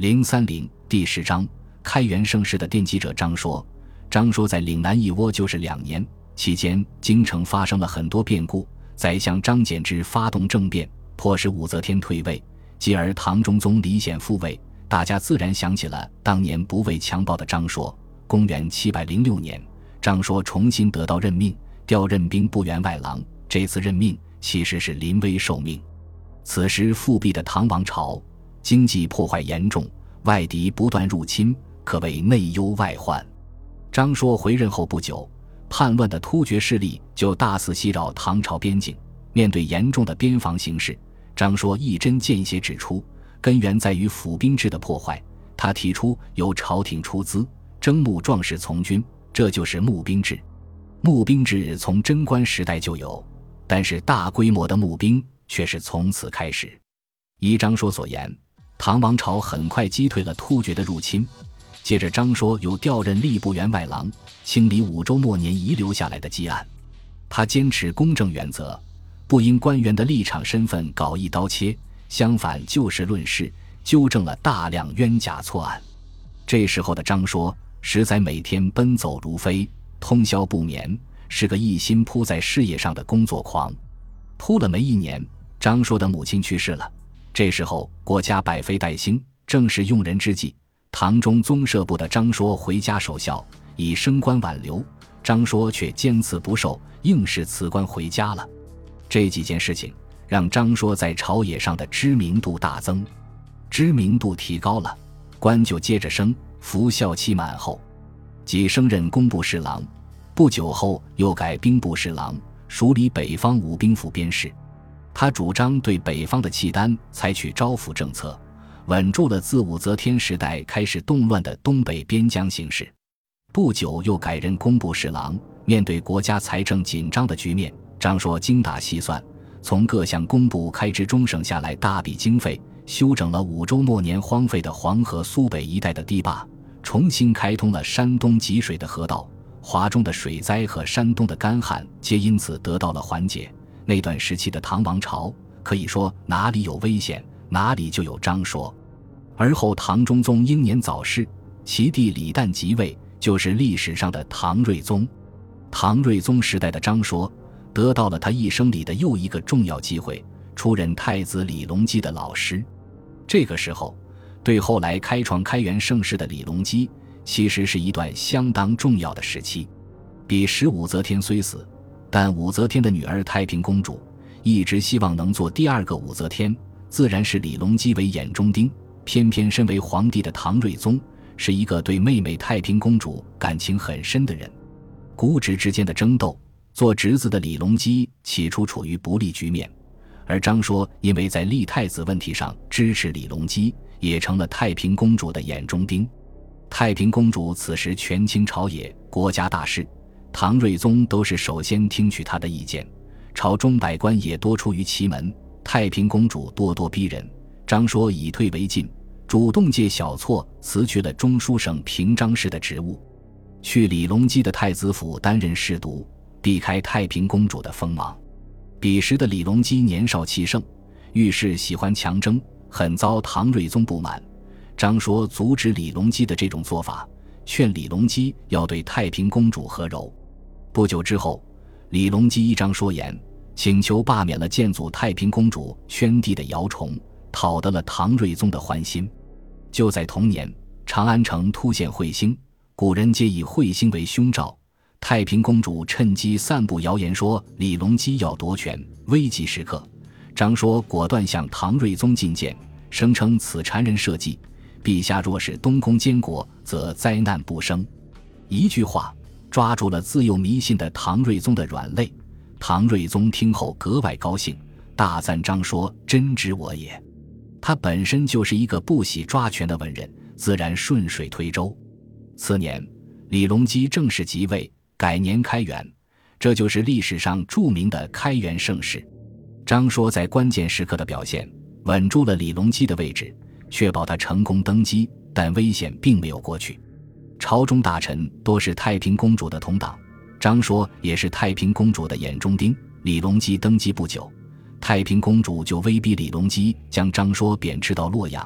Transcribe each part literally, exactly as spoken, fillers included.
零三零第十章，开元盛世的奠基者张说。张说在岭南一窝就是两年，期间京城发生了很多变故，宰相张柬之发动政变，迫使武则天退位，继而唐中宗李显复位，大家自然想起了当年不畏强暴的张说。公元七百零六年，张说重新得到任命，调任兵部员外郎，这次任命其实是临危受命。此时复辟的唐王朝经济破坏严重，外敌不断入侵，可谓内忧外患。张说回任后不久，叛乱的突厥势力就大肆袭扰唐朝边境。面对严重的边防形势，张说一针见血指出，根源在于府兵制的破坏。他提出由朝廷出资征募壮士从军，这就是募兵制。募兵制从贞观时代就有，但是大规模的募兵却是从此开始。依张说所言，唐王朝很快击退了突厥的入侵。接着张说又调任吏部员外郎，清理武周末年遗留下来的积案。他坚持公正原则，不因官员的立场身份搞一刀切，相反就事论事，纠正了大量冤假错案。这时候的张说实在每天奔走如飞，通宵不眠，是个一心扑在事业上的工作狂。扑了没一年，张说的母亲去世了。这时候国家百废待兴，正是用人之际。唐中宗摄部的张说回家守孝，以升官挽留，张说却坚持不受，硬是辞官回家了。这几件事情让张说在朝野上的知名度大增，知名度提高了，官就接着升，服孝期满后即升任工部侍郎，不久后又改兵部侍郎，署理北方五兵府边事。他主张对北方的契丹采取招抚政策，稳住了自武则天时代开始动乱的东北边疆形势。不久又改任工部侍郎。面对国家财政紧张的局面，张说精打细算，从各项工部开支中省下来大笔经费，修整了武周末年荒废的黄河苏北一带的堤坝，重新开通了山东集水的河道，华中的水灾和山东的干旱皆因此得到了缓解。那段时期的唐王朝可以说哪里有危险，哪里就有张说。而后唐中宗英年早逝，其弟李旦即位，就是历史上的唐睿宗。唐睿宗时代的张说得到了他一生里的又一个重要机会，出任太子李隆基的老师。这个时候对后来开创开元盛世的李隆基其实是一段相当重要的时期。彼时武则天虽死，但武则天的女儿太平公主一直希望能做第二个武则天，自然是李隆基为眼中钉。偏偏身为皇帝的唐睿宗是一个对妹妹太平公主感情很深的人，姑侄之间的争斗，做侄子的李隆基起初处于不利局面，而张说因为在立太子问题上支持李隆基，也成了太平公主的眼中钉。太平公主此时权倾朝野，国家大事，唐睿宗都是首先听取她的意见，朝中百官也多出于其门，太平公主咄咄逼人。张说以退为进，主动借小错辞去了中书省平章事的职务，去李隆基的太子府担任侍读，避开太平公主的锋芒。彼时的李隆基年少气盛，遇事喜欢强争，很遭唐睿宗不满。张说阻止李隆基的这种做法，劝李隆基要对太平公主和柔。不久之后，李隆基依张说言，请求罢免了建祖太平公主宣帝的姚崇，讨得了唐睿宗的欢心。就在同年，长安城突现彗星，古人皆以彗星为凶兆。太平公主趁机散布谣言，说李隆基要夺权。危急时刻，张说果断向唐睿宗进谏，声称此谗人设计，陛下若是东宫监国，则灾难不生。一句话抓住了自幼迷信的唐睿宗的软肋。唐睿宗听后格外高兴，大赞张说真知我也。他本身就是一个不喜抓权的文人，自然顺水推舟。次年，李隆基正式即位，改年开元，这就是历史上著名的开元盛世。张说在关键时刻的表现，稳住了李隆基的位置，确保他成功登基，但危险并没有过去。朝中大臣多是太平公主的同党，张说也是太平公主的眼中钉。李隆基登基不久，太平公主就威逼李隆基将张说贬斥到洛阳，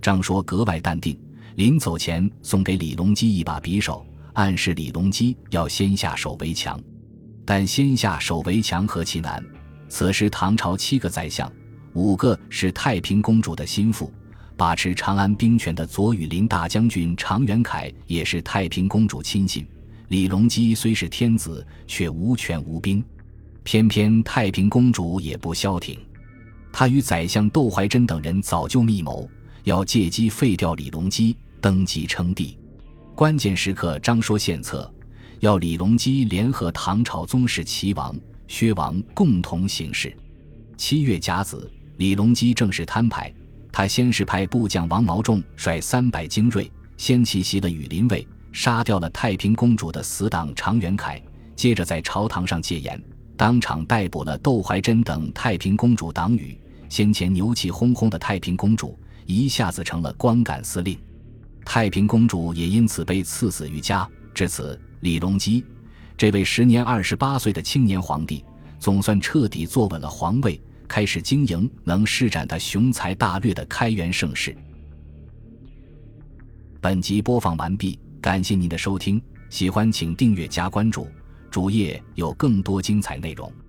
张说格外淡定，临走前送给李隆基一把匕首，暗示李隆基要先下手为强。但先下手为强何其难，此时唐朝七个宰相，五个是太平公主的心腹，把持长安兵权的左羽林大将军常元凯也是太平公主亲信。李隆基虽是天子，却无权无兵，偏偏太平公主也不消停，她与宰相窦怀珍等人早就密谋，要借机废掉李隆基，登基称帝。关键时刻张说献策，要李隆基联合唐朝宗室齐王、薛王共同行事。七月甲子，李隆基正式摊牌，他先是派部将王毛仲率三百精锐先奇袭了羽林卫，杀掉了太平公主的死党常元凯，接着在朝堂上戒严，当场逮捕了窦怀珍等太平公主党羽。先前牛气哄哄的太平公主一下子成了光杆司令，太平公主也因此被赐死于家。至此，李隆基这位时年二十八岁的青年皇帝总算彻底坐稳了皇位，开始经营能施展他雄才大略的开元盛世。本集播放完毕，感谢您的收听，喜欢请订阅加关注，主页有更多精彩内容。